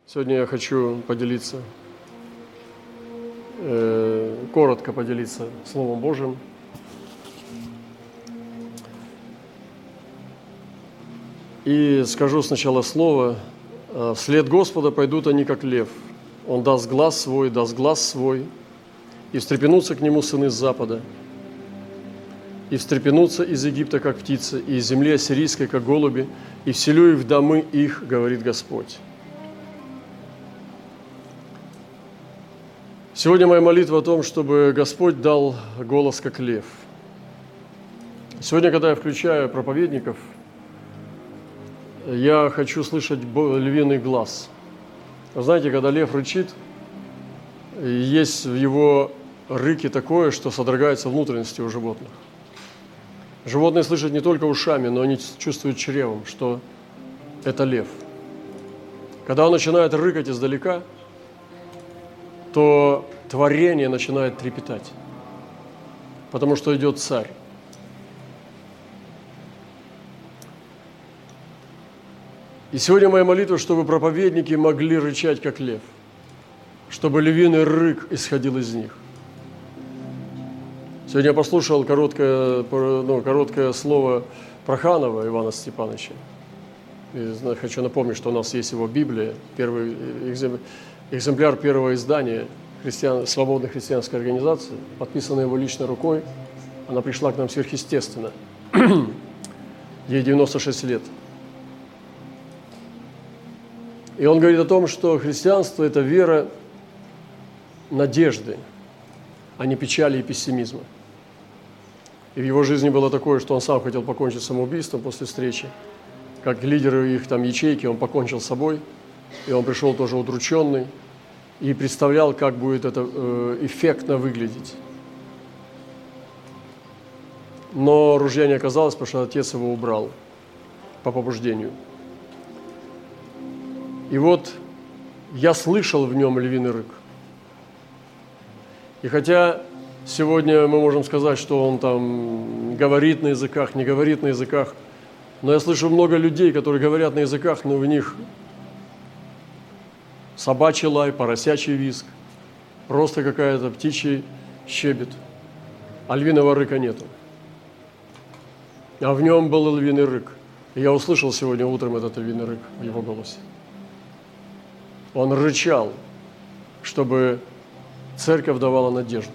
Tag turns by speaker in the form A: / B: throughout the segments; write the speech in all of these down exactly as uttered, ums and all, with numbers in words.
A: Сегодня я хочу поделиться, э, коротко поделиться Словом Божьим. И скажу сначала слово. «Вслед Господа пойдут они, как лев. Он даст глаз свой, даст глаз свой, и встрепенутся к нему сыны с запада, и встрепенутся из Египта, как птицы, и из земли ассирийской, как голуби, и вселю их в домы их, говорит Господь». Сегодня моя молитва о том, чтобы Господь дал голос, как лев. Сегодня, когда я включаю проповедников, я хочу слышать львиный глаз. Вы знаете, когда лев рычит, есть в его рыке такое, что содрогаются внутренности у животных. Животные слышат не только ушами, но они чувствуют чревом, что это лев. Когда он начинает рыкать издалека, то творение начинает трепетать, потому что идет царь. И сегодня моя молитва, чтобы проповедники могли рычать, как лев, чтобы львиный рык исходил из них. Сегодня я послушал короткое, ну, короткое слово Проханова Ивана Степановича. И хочу напомнить, что у нас есть его Библия, первый экземпляр первого издания христиан, свободной христианской организации, подписанная его личной рукой. Она пришла к нам сверхъестественно. Ей девяносто шесть лет. И он говорит о том, что христианство – это вера надежды, а не печали и пессимизма. И в его жизни было такое, что он сам хотел покончить самоубийством после встречи. Как лидер их там ячейки, он покончил с собой, и он пришел тоже удрученный и представлял, как будет это э, эффектно выглядеть. Но ружья не оказалось, потому что отец его убрал по побуждению. И вот я слышал в нем львиный рык. И хотя сегодня мы можем сказать, что он там говорит на языках, не говорит на языках, но я слышу много людей, которые говорят на языках, но в них собачий лай, поросячий визг, просто какая-то птичий щебет, а львиного рыка нету. А в нем был львиный рык. И я услышал сегодня утром этот львиный рык в его голосе. Он рычал, чтобы церковь давала надежду.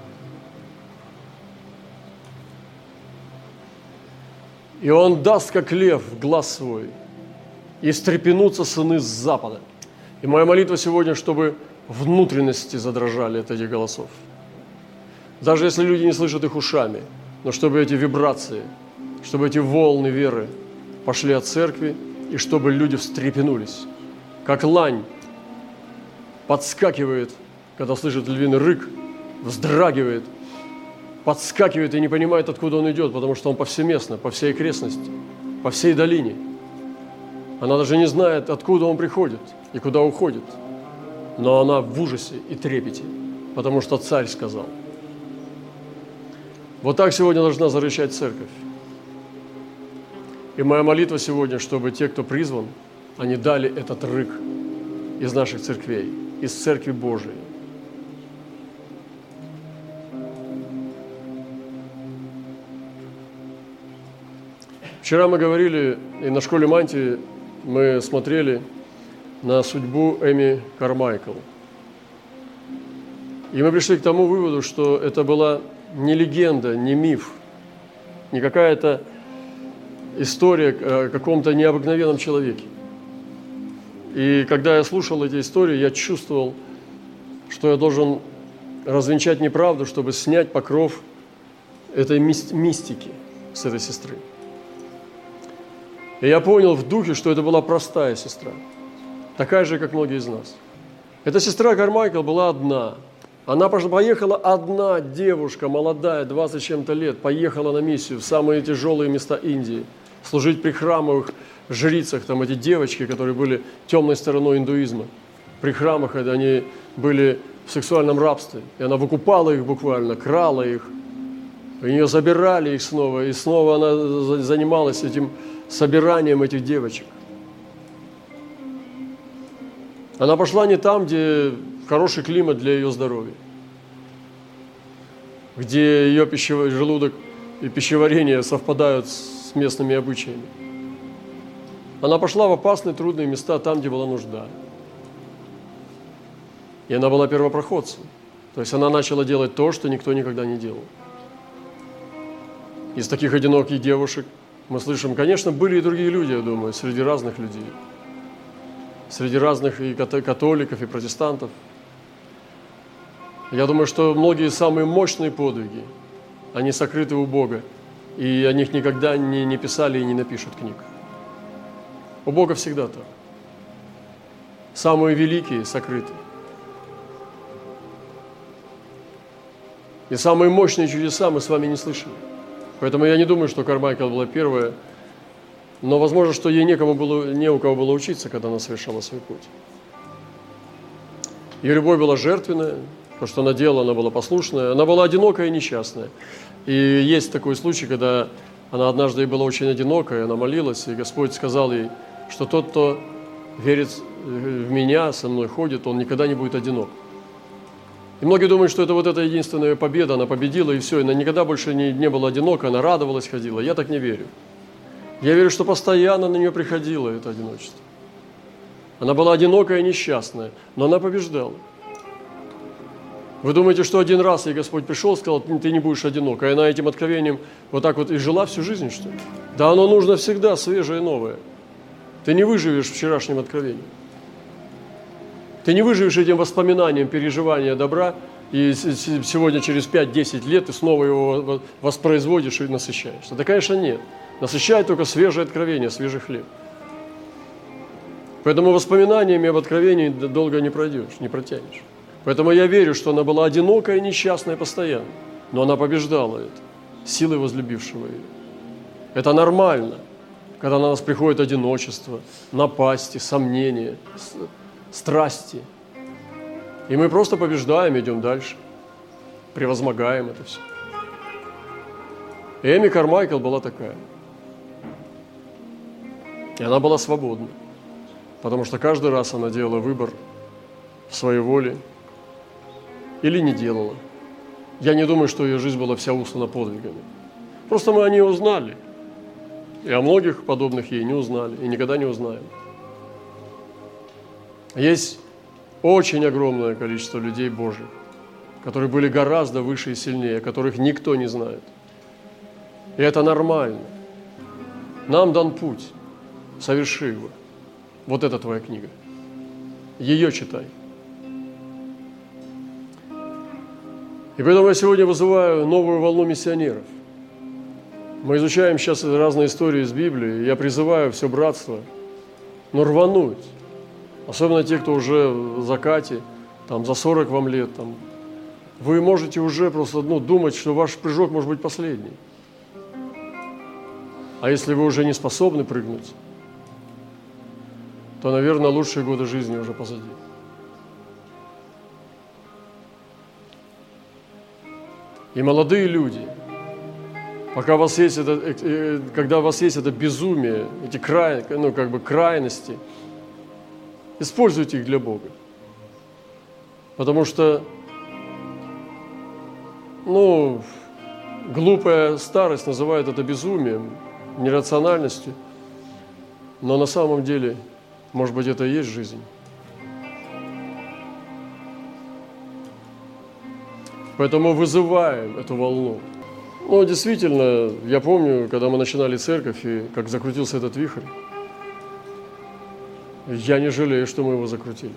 A: И он даст, как лев, глаз свой, и встрепенутся сыны с запада. И моя молитва сегодня, чтобы внутренности задрожали от этих голосов. Даже если люди не слышат их ушами, но чтобы эти вибрации, чтобы эти волны веры пошли от церкви, и чтобы люди встрепенулись. Как лань подскакивает, когда слышит львиный рык, вздрагивает, подскакивает и не понимает, откуда он идет, потому что он повсеместно, по всей окрестности, по всей долине. Она даже не знает, откуда он приходит и куда уходит. Но она в ужасе и трепете, потому что царь сказал. Вот так сегодня должна зарычать церковь. И моя молитва сегодня, чтобы те, кто призван, они дали этот рык из наших церквей, из Церкви Божией. Вчера мы говорили, и на школе Мантии мы смотрели на судьбу Эми Кармайкл. И мы пришли к тому выводу, что это была не легенда, не миф, не какая-то история о каком-то необыкновенном человеке. И когда я слушал эти истории, я чувствовал, что я должен развенчать неправду, чтобы снять покров этой мистики с этой сестры. И я понял в духе, что это была простая сестра, такая же, как многие из нас. Эта сестра Кармайкл была одна. Она поехала одна, девушка, молодая, двадцать с чем-то лет, поехала на миссию в самые тяжелые места Индии, служить при храмовых жрицах, там эти девочки, которые были темной стороной индуизма. При храмах они были в сексуальном рабстве, и она выкупала их буквально, крала их, у нее забирали их снова, и снова она занималась этим собиранием этих девочек. Она пошла не там, где хороший климат для ее здоровья, где ее пищевой желудок и пищеварение совпадают с местными обычаями. Она пошла в опасные, трудные места, там, где была нужда. И она была первопроходцем. То есть она начала делать то, что никто никогда не делал. Из таких одиноких девушек мы слышим, конечно, были и другие люди, я думаю, среди разных людей. Среди разных и католиков, и протестантов. Я думаю, что многие самые мощные подвиги, они сокрыты у Бога, и о них никогда не, не писали и не напишут книг. У Бога всегда так. Самые великие сокрыты. И самые мощные чудеса мы с вами не слышали. Поэтому я не думаю, что Кармайкел была первая, но возможно, что ей некому было, не у кого было учиться, когда она совершала свой путь. Ее любовь была жертвенная, то, что она делала, она была послушная, она была одинокая и несчастная. И есть такой случай, когда она однажды была очень одинокая, она молилась, и Господь сказал ей, что тот, кто верит в Меня, со мной ходит, он никогда не будет одинок. И многие думают, что это вот эта единственная победа, она победила, и все, и она никогда больше не, не была одинока, она радовалась, ходила. Я так не верю. Я верю, что постоянно на нее приходило это одиночество. Она была одинокая и несчастная, но она побеждала. Вы думаете, что один раз ей Господь пришел и сказал, ты не будешь одинок, и она этим откровением вот так вот и жила всю жизнь, что ли? Да оно нужно всегда свежее и новое. Ты не выживешь вчерашним откровением. Ты не выживешь этим воспоминанием переживания добра, и сегодня через пять-десять лет ты снова его воспроизводишь и насыщаешься. Да, конечно, нет. Насыщает только свежее откровение, свежий хлеб. Поэтому воспоминаниями об откровении долго не пройдешь, не протянешь. Поэтому я верю, что она была одинокая и несчастная постоянно, но она побеждала это силой возлюбившего ее. Это нормально, когда на нас приходит одиночество, напасти, сомнения, страсти. И мы просто побеждаем, идем дальше, превозмогаем это все. Эми Кармайкел была такая. И она была свободна, потому что каждый раз она делала выбор в своей воле или не делала. Я не думаю, что ее жизнь была вся услана подвигами. Просто мы о ней узнали. И о многих подобных ей не узнали, и никогда не узнаем. Есть очень огромное количество людей Божьих, которые были гораздо выше и сильнее, которых никто не знает. И это нормально. Нам дан путь. Соверши его. Вот это твоя книга. Ее читай. И поэтому я сегодня вызываю новую волну миссионеров. Мы изучаем сейчас разные истории из Библии. Я призываю все братство, но рвануть. Особенно те, кто уже в закате, там, за сорок вам лет. Там, вы можете уже просто ну, думать, что ваш прыжок может быть последний. А если вы уже не способны прыгнуть, то, наверное, лучшие годы жизни уже позади. И молодые люди, пока у вас есть это, когда у вас есть это безумие, эти край, ну, как бы крайности, используйте их для Бога. Потому что, ну, глупая старость называет это безумием, нерациональностью, но на самом деле, может быть, это и есть жизнь. Поэтому вызываем эту волну. Ну, действительно, я помню, когда мы начинали церковь, и как закрутился этот вихрь, я не жалею, что мы его закрутили.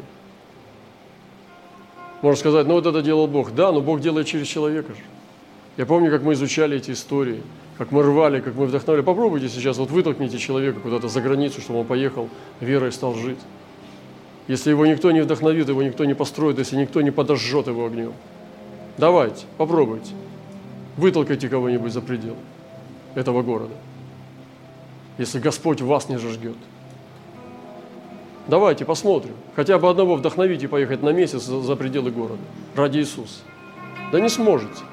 A: Можно сказать, ну вот это делал Бог. Да, но Бог делает через человека же. Я помню, как мы изучали эти истории, как мы рвали, как мы вдохновляли. Попробуйте сейчас, вот вытолкните человека куда-то за границу, чтобы он поехал верой стал жить. Если его никто не вдохновит, его никто не построит, если никто не подожжет его огнем. Давайте, попробуйте. Вытолкайте кого-нибудь за пределы этого города, если Господь вас не зажгет. Давайте посмотрим. Хотя бы одного вдохновите поехать на месяц за, за пределы города. Ради Иисуса. Да не сможете.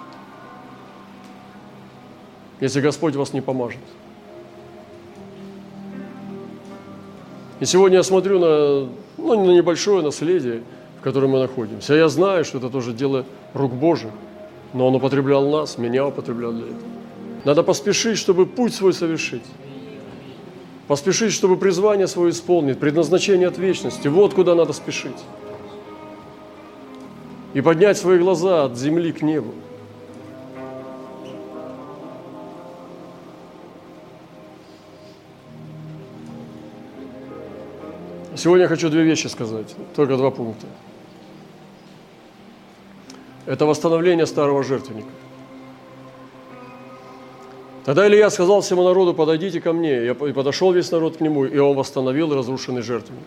A: Если Господь вас не поможет. И сегодня я смотрю на ну, на небольшое наследие, в котором мы находимся. Я знаю, что это тоже дело рук Божьих, но Он употреблял нас, меня употреблял для этого. Надо поспешить, чтобы путь свой совершить. Поспешить, чтобы призвание свое исполнить, предназначение от вечности. Вот куда надо спешить. И поднять свои глаза от земли к небу. Сегодня я хочу две вещи сказать, только два пункта. Это восстановление старого жертвенника. Тогда Илья сказал всему народу: подойдите ко мне. И подошел весь народ к нему, и он восстановил разрушенный жертвенник.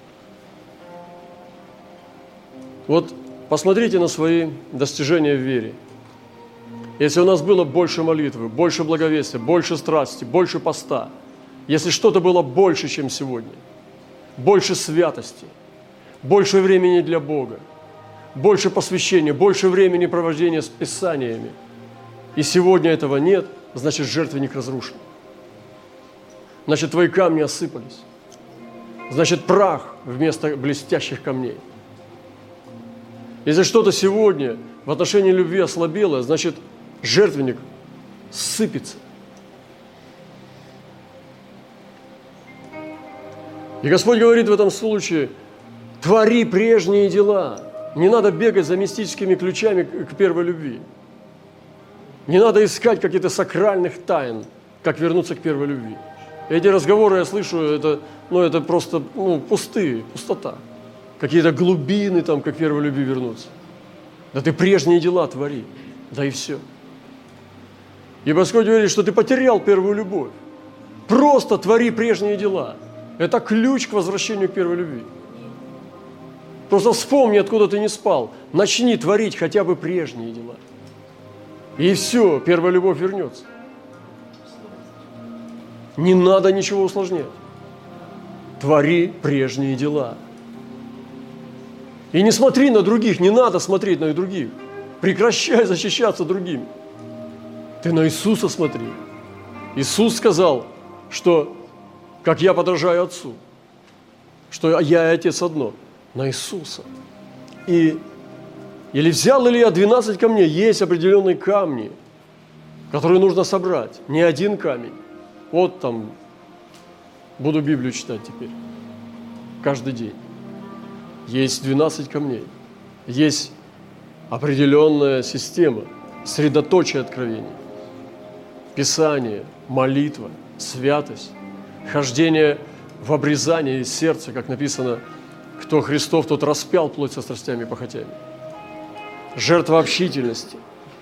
A: Вот посмотрите на свои достижения в вере. Если у нас было больше молитвы, больше благовестия, больше страсти, больше поста, если что-то было больше, чем сегодня, больше святости, больше времени для Бога, больше посвящения, больше времени провождения с Писаниями, и сегодня этого нет, значит, жертвенник разрушен. Значит, твои камни осыпались. Значит, прах вместо блестящих камней. Если что-то сегодня в отношении любви ослабело, значит, жертвенник сыпется. И Господь говорит в этом случае: твори прежние дела. Не надо бегать за мистическими ключами к первой любви. Не надо искать каких-то сакральных тайн, как вернуться к первой любви. Эти разговоры я слышу, это, ну, это просто ну, пустые, пустота. Какие-то глубины, там, как к первой любви вернуться. Да ты прежние дела твори, да и все. И Господь говорит, что ты потерял первую любовь. Просто твори прежние дела. Это ключ к возвращению к первой любви. Просто вспомни, откуда ты не спал. Начни творить хотя бы прежние дела. И все, первая любовь вернется. Не надо ничего усложнять. Твори прежние дела. И не смотри на других, не надо смотреть на других. Прекращай защищаться другими. Ты на Иисуса смотри. Иисус сказал, что как я подражаю Отцу, что я и Отец одно. На Иисуса. И или взял Илья двенадцать камней, есть определенные камни, которые нужно собрать. Не один камень. Вот там, буду Библию читать теперь, каждый день. Есть двенадцать камней. Есть определенная система, средоточие откровений. Писание, молитва, святость, хождение в обрезании сердца, как написано, кто Христов, тот распял плоть со страстями и похотями. Жертва общительности,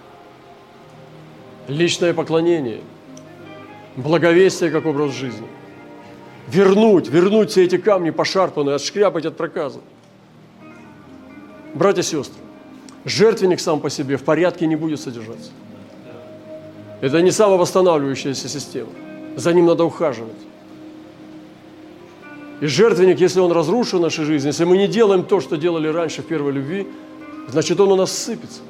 A: личное поклонение, благовестие как образ жизни. Вернуть, вернуть все эти камни пошарпанные, отшкряпать от проказа. Братья и сестры, жертвенник сам по себе в порядке не будет содержаться. Это не самовосстанавливающаяся система. За ним надо ухаживать. И жертвенник, если он разрушен в нашей жизни, если мы не делаем то, что делали раньше в первой любви, значит, он у нас сыпется.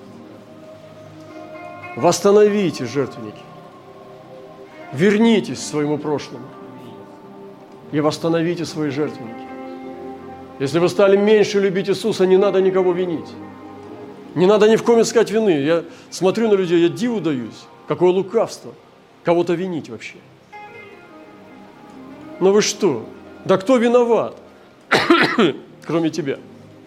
A: Восстановите жертвенники. Вернитесь к своему прошлому и восстановите свои жертвенники. Если вы стали меньше любить Иисуса, не надо никого винить. Не надо ни в ком искать вины. Я смотрю на людей, я диву даюсь. Какое лукавство. Кого-то винить вообще. Но вы что? Да кто виноват, кроме тебя?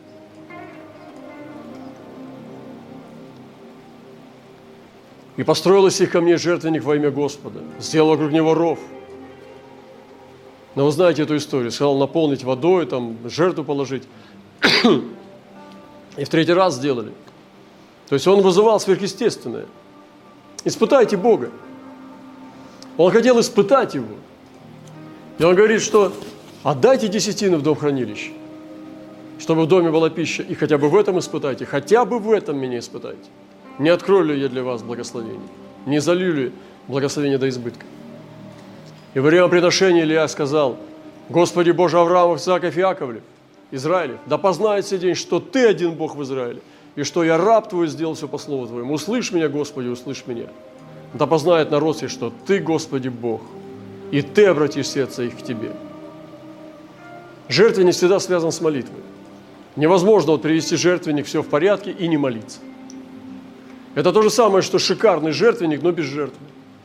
A: И построил из сих камней жертвенник во имя Господа. Сделал вокруг него ров. Но вы знаете эту историю. Сказал наполнить водой, там, жертву положить. И в третий раз сделали. То есть он вызывал сверхъестественное. Испытайте Бога. Он хотел испытать его. И он говорит, что отдайте десятины в дом хранилища, чтобы в доме была пища. И хотя бы в этом испытайте, хотя бы в этом меня испытайте. Не открою ли я для вас благословение? Не залью ли благословение до избытка? И во время приношения Илья сказал: Господи Боже Авраамов, Исааков и Иаковлев, Израилев, да познает сей день, что Ты один Бог в Израиле, и что я раб Твой сделал все по слову Твоему. Услышь меня, Господи, услышь меня. Да познает народ сей, что Ты, Господи, Бог, и Ты обратишь сердце их к Тебе. Жертвенник всегда связан с молитвой. Невозможно вот привести жертвенник, все в порядке, и не молиться. Это то же самое, что шикарный жертвенник, но без жертвы.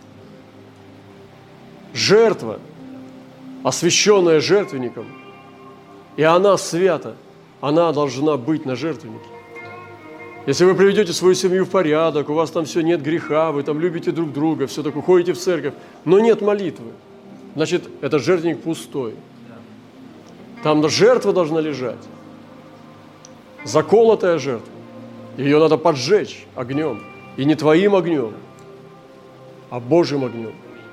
A: Жертва, освященная жертвенником, и она свята, она должна быть на жертвеннике. Если вы приведете свою семью в порядок, у вас там все, нет греха, вы там любите друг друга, все такое, ходите в церковь, но нет молитвы, значит, этот жертвенник пустой. Там жертва должна лежать, заколотая жертва. Ее надо поджечь огнем, и не твоим огнем, а Божьим огнем.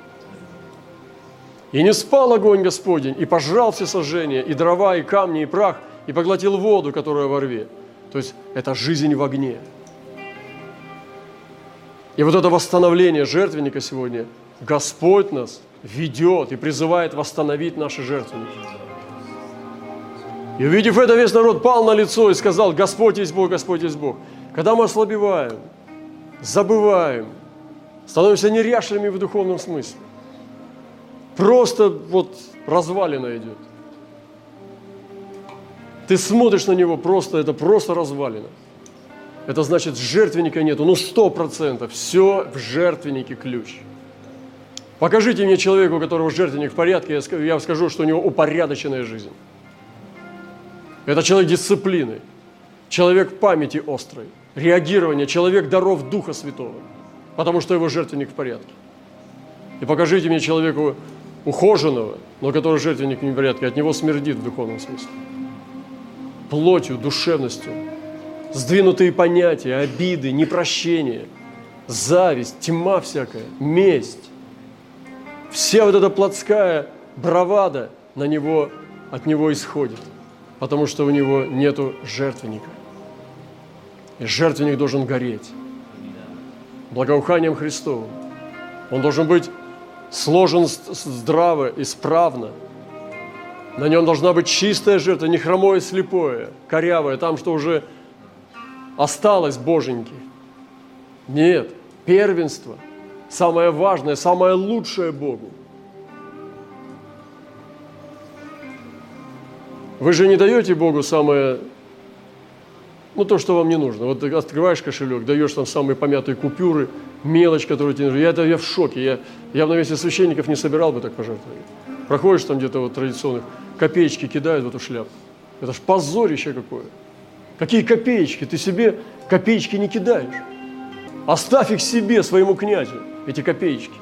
A: И не спал огонь Господень, и пожрал все сожжения, и дрова, и камни, и прах, и поглотил воду, которая во рве. То есть это жизнь в огне. И вот это восстановление жертвенника сегодня, Господь нас ведет и призывает восстановить наши жертвенники. И увидев это, весь народ пал на лицо и сказал: Господь есть Бог, Господь есть Бог. Когда мы ослабеваем, забываем, становимся неряшливыми в духовном смысле, просто вот развалина идет. Ты смотришь на него, просто, это просто развалина. Это значит, жертвенника нету, ну сто процентов, все в жертвеннике ключ. Покажите мне человека, у которого жертвенник в порядке, я скажу, что у него упорядоченная жизнь. Это человек дисциплины, человек памяти острой, реагирования, человек даров Духа Святого, потому что его жертвенник в порядке. И покажите мне человеку ухоженного, но который жертвенник не в порядке, от него смердит в духовном смысле. Плотью, душевностью, сдвинутые понятия, обиды, непрощение, зависть, тьма всякая, месть. Вся вот эта плотская бравада на него, от него исходит, потому что у него нету жертвенника. И жертвенник должен гореть благоуханием Христовым. Он должен быть сложен здраво, исправно. На нем должна быть чистая жертва, не хромое, слепое, корявое, там, что уже осталось боженьки. Нет, первенство, самое важное, самое лучшее Богу. Вы же не даете Богу самое, ну, то, что вам не нужно. Вот ты открываешь кошелек, даешь там самые помятые купюры, мелочь, которую тебе нужна. Я, это, я в шоке. Я, я на месте священников не собирал бы так пожертвовать. Проходишь там где-то вот традиционных, копеечки кидают в эту шляпу. Это ж позорище какое. Какие копеечки? Ты себе копеечки не кидаешь. Оставь их себе, своему князю, эти копеечки.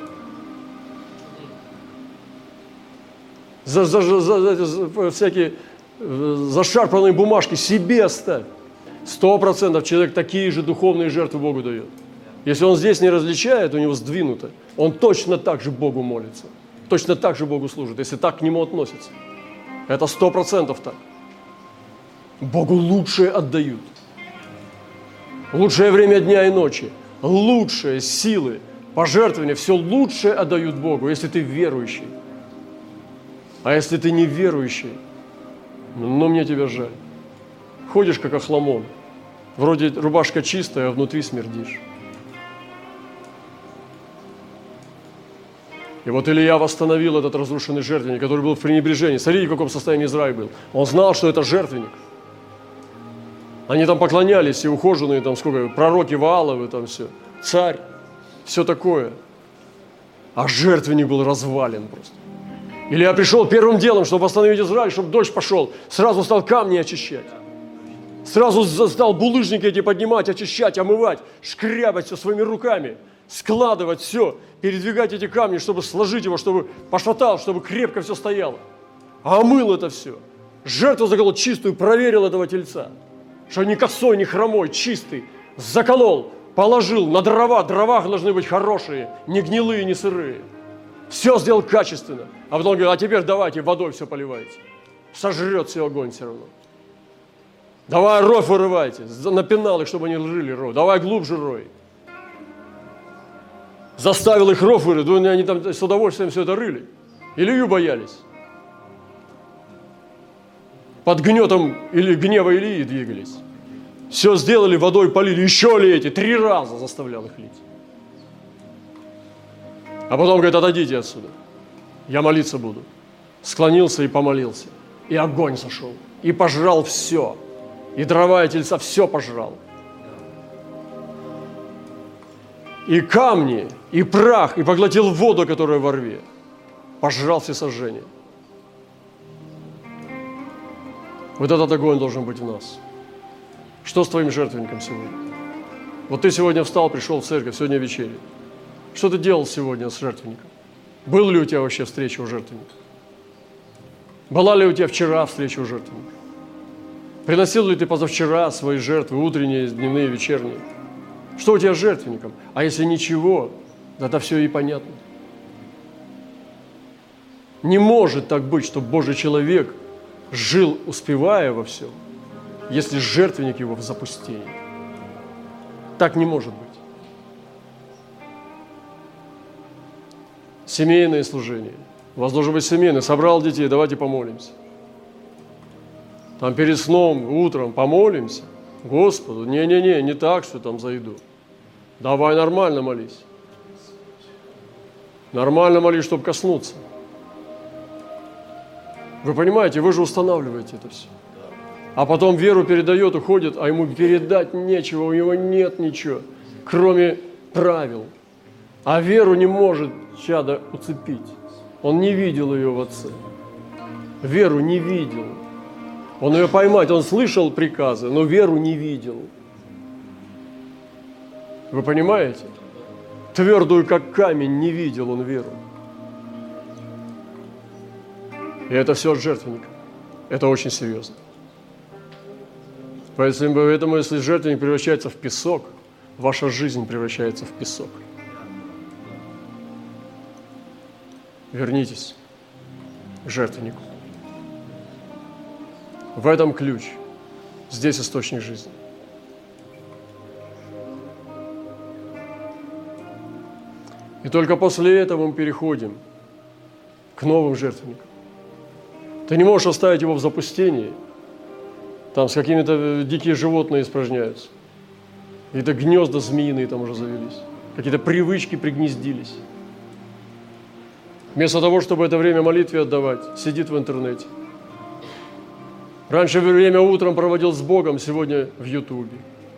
A: За, за, за, за, за всякие зашарпанные бумажки себе оставь. Сто процентов человек такие же духовные жертвы Богу дает. Если он здесь не различает, у него сдвинуто, он точно так же Богу молится. Точно так же Богу служит, если так к Нему относится. Это сто процентов так. Богу лучшее отдают. Лучшее время дня и ночи, лучшие силы, пожертвования, все лучшее отдают Богу, если ты верующий. А если ты не верующий, ну, мне тебя жаль. Ходишь, как охламон. Вроде рубашка чистая, а внутри смердишь. И вот Илья восстановил этот разрушенный жертвенник, который был в пренебрежении. Смотрите, в каком состоянии Израиль был. Он знал, что это жертвенник. Они там поклонялись, и ухоженные, там сколько, пророки Вааловы, там все, царь, все такое. А жертвенник был развален просто. Илья пришел первым делом, чтобы восстановить Израиль, чтобы дождь пошел, сразу стал камни очищать. Сразу стал булыжники эти поднимать, очищать, омывать, шкрябать все своими руками, складывать все, передвигать эти камни, чтобы сложить его, чтобы пошатал, чтобы крепко все стояло. А омыл это все. Жертву заколол чистую, проверил этого тельца, что ни косой, ни хромой, чистый. Заколол, положил на дрова. Дрова должны быть хорошие, не гнилые, не сырые. Все сделал качественно. А потом говорит: а теперь давайте водой все поливайте. Сожрет все огонь все равно. Давай ров вырывайте. Напинал их, чтобы они рыли ров. Давай глубже рой. Заставил их ров вырыть. Думаю, они там с удовольствием все это рыли. Илью боялись. Под гнетом или гнева Илии двигались. Все сделали, водой полили. Еще лейте. Три раза заставлял их лить. А потом говорит: отойдите отсюда. Я молиться буду. Склонился и помолился. и огонь сошел, и пожрал все, и дрова, и тельца, все пожрал. И камни, и прах, и поглотил воду, которая во рве, пожрал все сожжения. Вот этот огонь должен быть в нас. Что с твоим жертвенником сегодня? Вот ты сегодня встал, пришел в церковь, сегодня вечеря. Что ты делал сегодня с жертвенником? Был ли у тебя вообще встреча у жертвенника? Была ли у тебя вчера встреча у жертвенника? Приносил ли ты позавчера свои жертвы, утренние, дневные, вечерние? Что у тебя с жертвенником? А если ничего, тогда все и понятно. Не может так быть, чтобы Божий человек жил, успевая во всем, если жертвенник его в запустении. Так не может быть. Семейное служение. У вас должен быть семейный. Собрал детей, давайте помолимся. Там перед сном, утром помолимся Господу. Не-не-не, не так, что там зайду. Давай нормально молись. Нормально молись, чтобы коснуться. Вы понимаете, вы же устанавливаете это все. А потом веру передает, уходит, а ему передать нечего, у него нет ничего, кроме правил. А веру не может чадо уцепить. Он не видел ее в отце. Веру не видел. Он ее поймать, он слышал приказы, но веру не видел. Вы понимаете? Твердую, как камень, не видел он веру. И это все от жертвенника. Это очень серьезно. Поэтому, если жертвенник превращается в песок, ваша жизнь превращается в песок. Вернитесь к жертвеннику. В этом ключ. Здесь источник жизни. И только после этого мы переходим к новым жертвенникам. Ты не можешь оставить его в запустении. Там с какими-то дикие животные испражняются. Какие-то гнезда змеиные там уже завелись. Какие-то привычки пригнездились. Вместо того, чтобы это время молитве отдавать, сидит в интернете. Раньше время утром проводил с Богом, сегодня в Ютубе.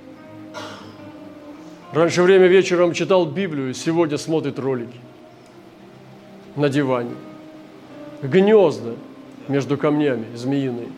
A: Раньше время вечером читал Библию, сегодня смотрит ролики на диване. Гнезда между камнями змеиные.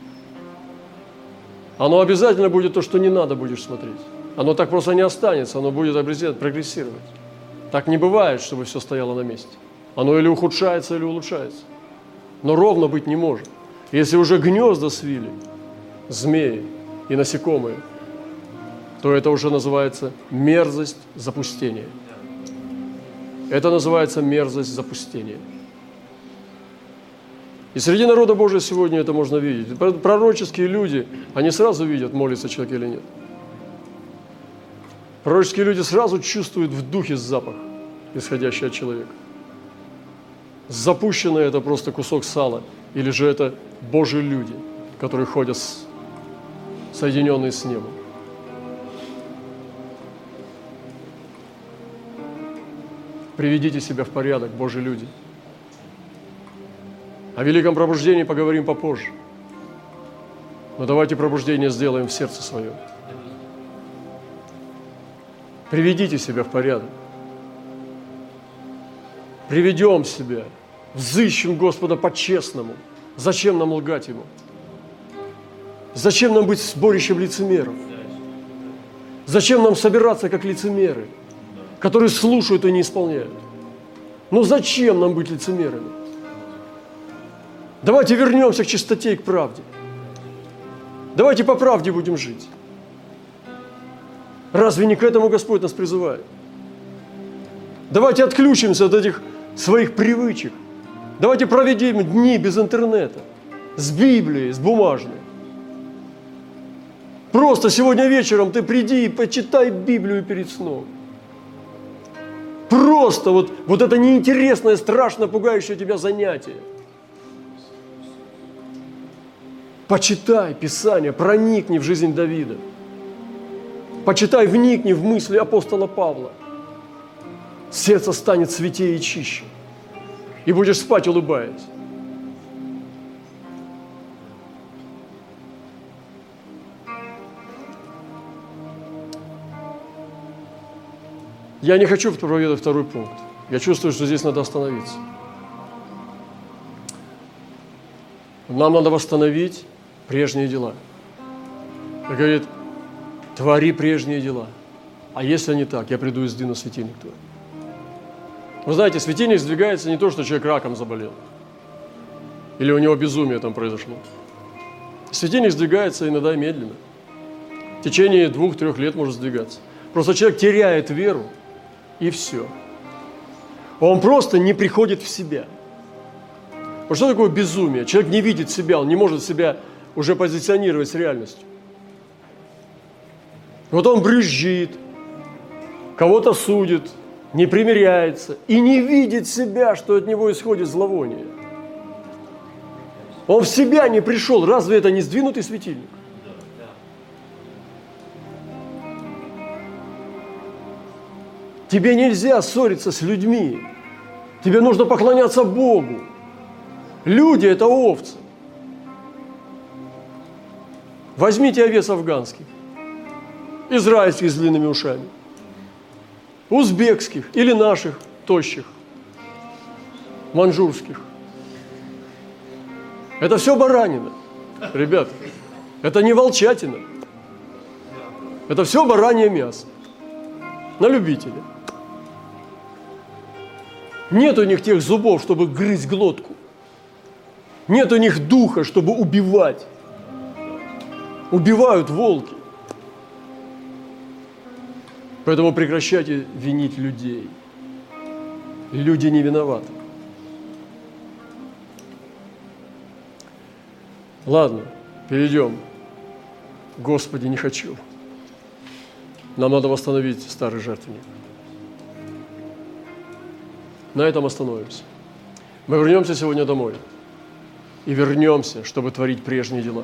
A: Оно обязательно будет то, что не надо будешь смотреть. Оно так просто не останется, оно будет прогрессировать. Так не бывает, чтобы все стояло на месте. Оно или ухудшается, или улучшается. Но ровно быть не может. Если уже гнезда свили, змеи и насекомые, то это уже называется мерзость запустения. Это называется мерзость запустения. И среди народа Божия сегодня это можно видеть. Пророческие люди, они сразу видят, молится человек или нет. Пророческие люди сразу чувствуют в духе запах, исходящий от человека. Запущенное – это просто кусок сала, или же это Божьи люди, которые ходят с, соединенные с небом. Приведите себя в порядок, Божьи люди. О великом пробуждении поговорим попозже. Но давайте пробуждение сделаем в сердце своем. Приведите себя в порядок. Приведем себя. Взыщем Господа по-честному. Зачем нам лгать Ему? Зачем нам быть сборищем лицемеров? Зачем нам собираться как лицемеры, которые слушают и не исполняют? Ну зачем нам быть лицемерами? Давайте вернемся к чистоте и к правде. Давайте по правде будем жить. Разве не к этому Господь нас призывает? Давайте отключимся от этих своих привычек. Давайте проведем дни без интернета, с Библией, с бумажной. Просто сегодня вечером ты приди и почитай Библию перед сном. Просто вот, вот это неинтересное, страшно пугающее тебя занятие. Почитай Писание, проникни в жизнь Давида. Почитай, вникни в мысли апостола Павла. Сердце станет святее и чище. И будешь спать, улыбаясь. Я не хочу проповедовать второй пункт. Я чувствую, что здесь надо остановиться. Нам надо восстановить прежние дела. Он говорит, твори прежние дела. А если не так, я приду и сдвину светильник твой. Вы знаете, светильник сдвигается не то, что человек раком заболел. Или у него безумие там произошло. Светильник сдвигается иногда медленно. В течение двух-трех лет может сдвигаться. Просто человек теряет веру, и все. Он просто не приходит в себя. Вот что такое безумие? Человек не видит себя, он не может себя уже позиционировать с реальностью. Вот он брюзжит, кого-то судит, не примиряется и не видит себя, что от него исходит зловоние. Он в себя не пришел. Разве это не сдвинутый светильник? Тебе нельзя ссориться с людьми. Тебе нужно поклоняться Богу. Люди – это овцы. Возьмите овец афганских, израильских с длинными ушами, узбекских или наших тощих, маньчжурских. Это все баранина, ребята. Это не волчатина. Это все баранье мясо. На любителя. Нет у них тех зубов, чтобы грызть глотку. Нет у них духа, чтобы убивать. Убивают волки. Поэтому прекращайте винить людей. Люди не виноваты. Ладно, перейдем. Господи, не хочу. Нам надо восстановить старый жертвенник. На этом остановимся. Мы вернемся сегодня домой. И вернемся, чтобы творить прежние дела.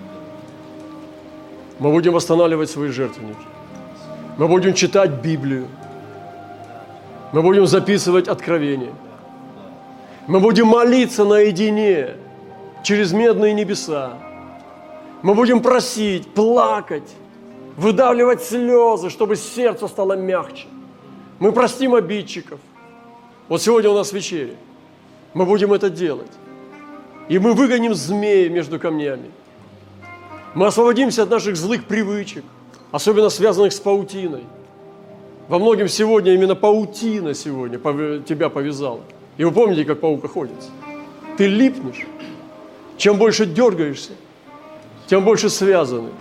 A: Мы будем восстанавливать свои жертвенники. Мы будем читать Библию. Мы будем записывать откровения. Мы будем молиться наедине, через медные небеса. Мы будем просить, плакать, выдавливать слезы, чтобы сердце стало мягче. Мы простим обидчиков. Вот сегодня у нас вечеря. Мы будем это делать. И мы выгоним змеи между камнями. Мы освободимся от наших злых привычек, особенно связанных с паутиной. Во многом сегодня именно паутина сегодня тебя повязала. И вы помните, как паук охотится? Ты липнешь. Чем больше дергаешься, тем больше связаны.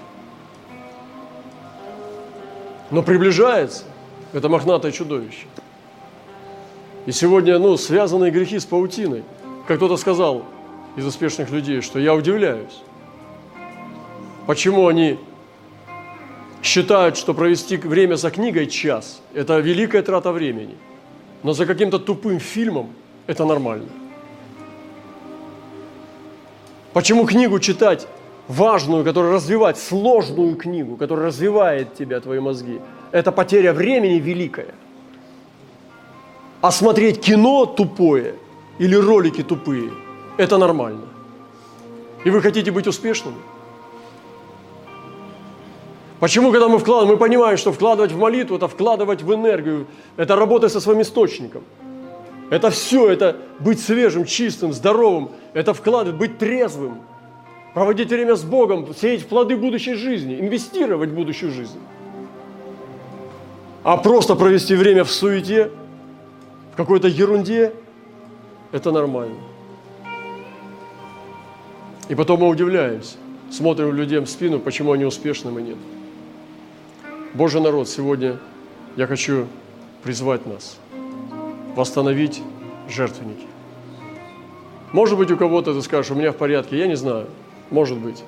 A: Но приближается это мохнатое чудовище. И сегодня, ну, связанные грехи с паутиной. Как кто-то сказал из успешных людей, что я удивляюсь, почему они считают, что провести время за книгой час – это великая трата времени, но за каким-то тупым фильмом это нормально. Почему книгу читать важную, которая развивает, сложную книгу, которая развивает тебя, твои мозги, это потеря времени великая. А смотреть кино тупое или ролики тупые – это нормально. И вы хотите быть успешными? Почему, когда мы вкладываем, мы понимаем, что вкладывать в молитву – это вкладывать в энергию, это работать со своим источником. Это все, это быть свежим, чистым, здоровым, это вкладывать, быть трезвым, проводить время с Богом, сеять плоды будущей жизни, инвестировать в будущую жизнь. А просто провести время в суете, в какой-то ерунде – это нормально. И потом мы удивляемся, смотрим людям в спину, почему они успешны, мы нет. Божий народ, сегодня я хочу призвать нас восстановить жертвенники. Может быть, у кого-то ты скажешь, у меня в порядке, я не знаю, может быть.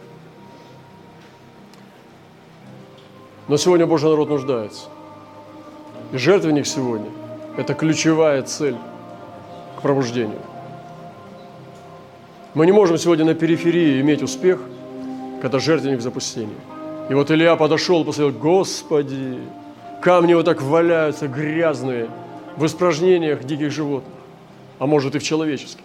A: Но сегодня Божий народ нуждается. И жертвенник сегодня – это ключевая цель к пробуждению. Мы не можем сегодня на периферии иметь успех, когда жертвенник в запустении. И вот Илья подошел и посмотрел, Господи, камни вот так валяются грязные в испражнениях диких животных, а может и в человеческих.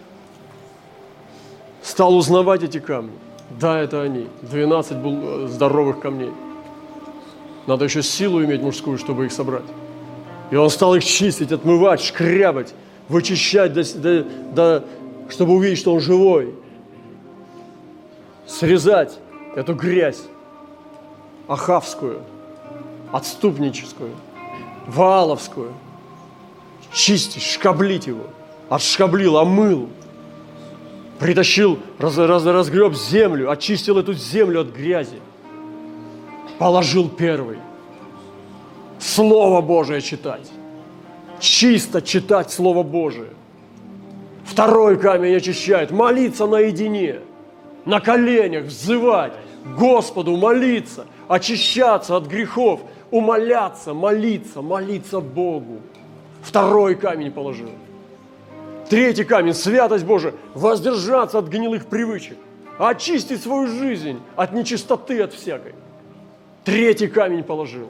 A: Стал узнавать эти камни. Да, это они. двенадцать здоровых камней. Надо еще силу иметь мужскую, чтобы их собрать. И он стал их чистить, отмывать, шкрябать, вычищать, до, до, до, чтобы увидеть, что он живой. Срезать эту грязь ахавскую, отступническую, вааловскую. Чистить, шкаблить его. Отшкаблил, омыл. Притащил, раз, раз, разгреб землю, очистил эту землю от грязи. Положил первый. Слово Божие читать. Чисто читать Слово Божие. Второй камень очищает. Молиться наедине. На коленях взывать. Господу молиться. Очищаться от грехов. Умоляться, молиться, молиться Богу. Второй камень положил. Третий камень, святость Божия, воздержаться от гнилых привычек, очистить свою жизнь от нечистоты, от всякой. Третий камень положил.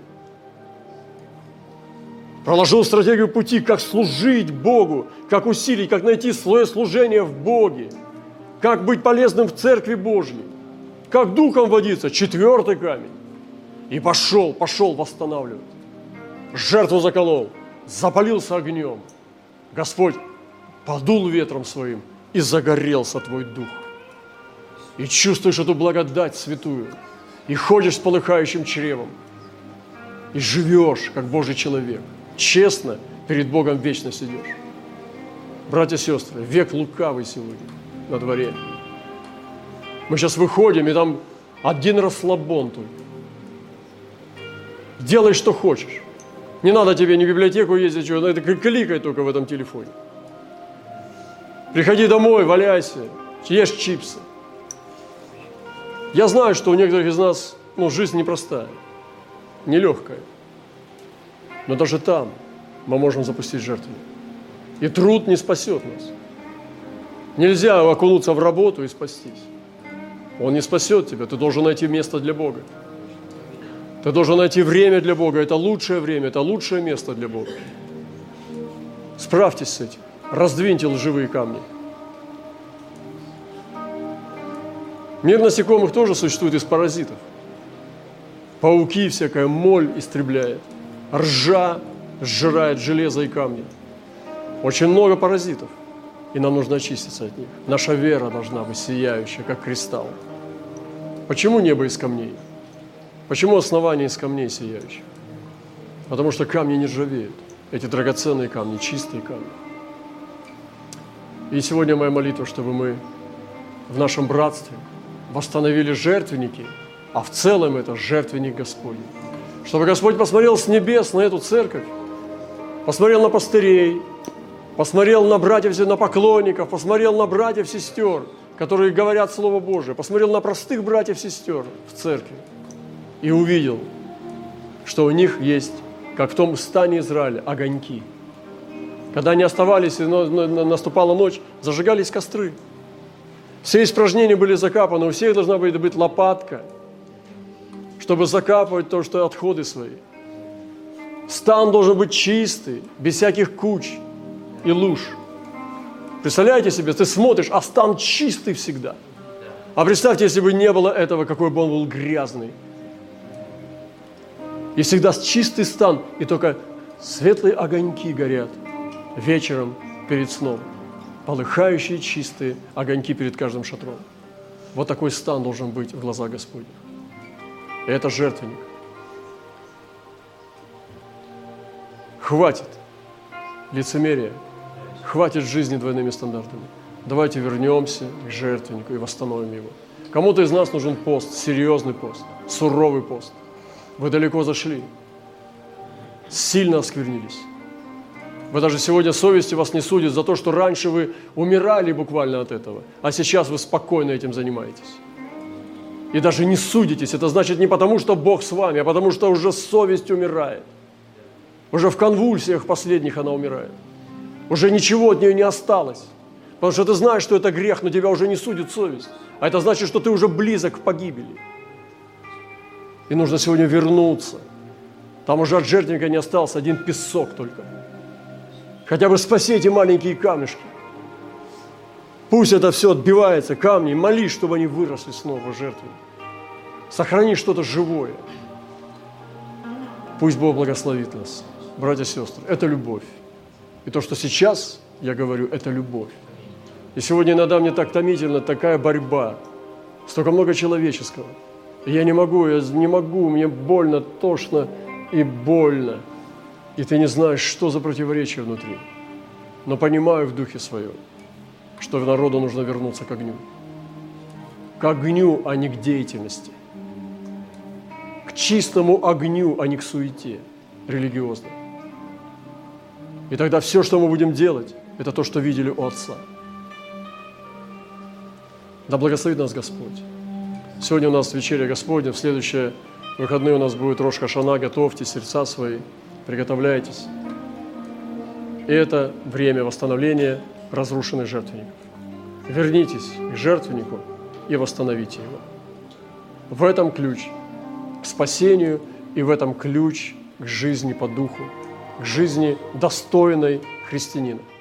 A: Проложил стратегию пути, как служить Богу, как усилить, как найти свое служение в Боге, как быть полезным в Церкви Божьей, как духом водиться. Четвертый камень. И пошел, пошел восстанавливать. Жертву заколол, запалился огнем. Господь подул ветром своим, и загорелся твой дух. И чувствуешь эту благодать святую, и ходишь с полыхающим чревом, и живешь, как Божий человек. Честно перед Богом вечно сидишь. Братья и сестры, век лукавый сегодня на дворе. Мы сейчас выходим, и там один расслабон только. Делай, что хочешь. Не надо тебе ни в библиотеку ездить, чего, это кликай только в этом телефоне. Приходи домой, валяйся, ешь чипсы. Я знаю, что у некоторых из нас ну, жизнь непростая, нелегкая. Но даже там мы можем запустить жертвенник. И труд не спасет нас. Нельзя окунуться в работу и спастись. Он не спасет тебя, ты должен найти место для Бога. Ты должен найти время для Бога. Это лучшее время, это лучшее место для Бога. Справьтесь с этим. Раздвиньте лживые камни. Мир насекомых тоже существует из паразитов. Пауки всякая, моль истребляет. Ржа сжирает железо и камни. Очень много паразитов. И нам нужно очиститься от них. Наша вера должна быть сияющая, как кристалл. Почему небо из камней? Почему основание из камней сияющих? Потому что камни не ржавеют. Эти драгоценные камни, чистые камни. И сегодня моя молитва, чтобы мы в нашем братстве восстановили жертвенники, а в целом это жертвенник Господень. Чтобы Господь посмотрел с небес на эту церковь, посмотрел на пастырей, посмотрел на братьев, на поклонников, посмотрел на братьев, сестер, которые говорят Слово Божие, посмотрел на простых братьев, сестер в церкви и увидел, что у них есть, как в том стане Израиля, огоньки. Когда они оставались, и наступала ночь, зажигались костры. Все испражнения были закапаны, у всех должна быть лопатка, чтобы закапывать то, что отходы свои. Стан должен быть чистый, без всяких куч и луж. Представляете себе, ты смотришь, а стан чистый всегда. А представьте, если бы не было этого, какой бы он был грязный. И всегда чистый стан, и только светлые огоньки горят вечером перед сном. Полыхающие чистые огоньки перед каждым шатром. Вот такой стан должен быть в глазах Господних. И это жертвенник. Хватит лицемерия, хватит жизни двойными стандартами. Давайте вернемся к жертвеннику и восстановим его. Кому-то из нас нужен пост, серьезный пост, суровый пост. Вы далеко зашли, сильно осквернились. Вы даже сегодня совести вас не судит за то, что раньше вы умирали буквально от этого, а сейчас вы спокойно этим занимаетесь. И даже не судитесь. Это значит не потому, что Бог с вами, а потому, что уже совесть умирает. Уже в конвульсиях последних она умирает. Уже ничего от нее не осталось. Потому что ты знаешь, что это грех, но тебя уже не судит совесть. А это значит, что ты уже близок к погибели. И нужно сегодня вернуться. Там уже от жертвенника не остался один песок только. Хотя бы спаси эти маленькие камешки. Пусть это все отбивается, камни, молись, чтобы они выросли снова в жертве. Сохрани что-то живое. Пусть Бог благословит нас. братья и сестры, это любовь. И то, что сейчас я говорю, это любовь. И сегодня иногда мне так томительно, такая борьба, столько много человеческого. И я не могу, я не могу, мне больно, тошно и больно. И ты не знаешь, что за противоречие внутри. Но понимаю в духе своем, что народу нужно вернуться к огню. К огню, а не к деятельности. К чистому огню, а не к суете религиозной. И тогда все, что мы будем делать, это то, что видели у Отца. Да благословит нас Господь. Сегодня у нас вечеря Господня, в следующие выходные у нас будет Рош Хашана. Готовьте сердца свои, приготовляйтесь. И это время восстановления разрушенных жертвенников. Вернитесь к жертвеннику и восстановите его. В этом ключ к спасению и в этом ключ к жизни по духу, к жизни достойной христианина.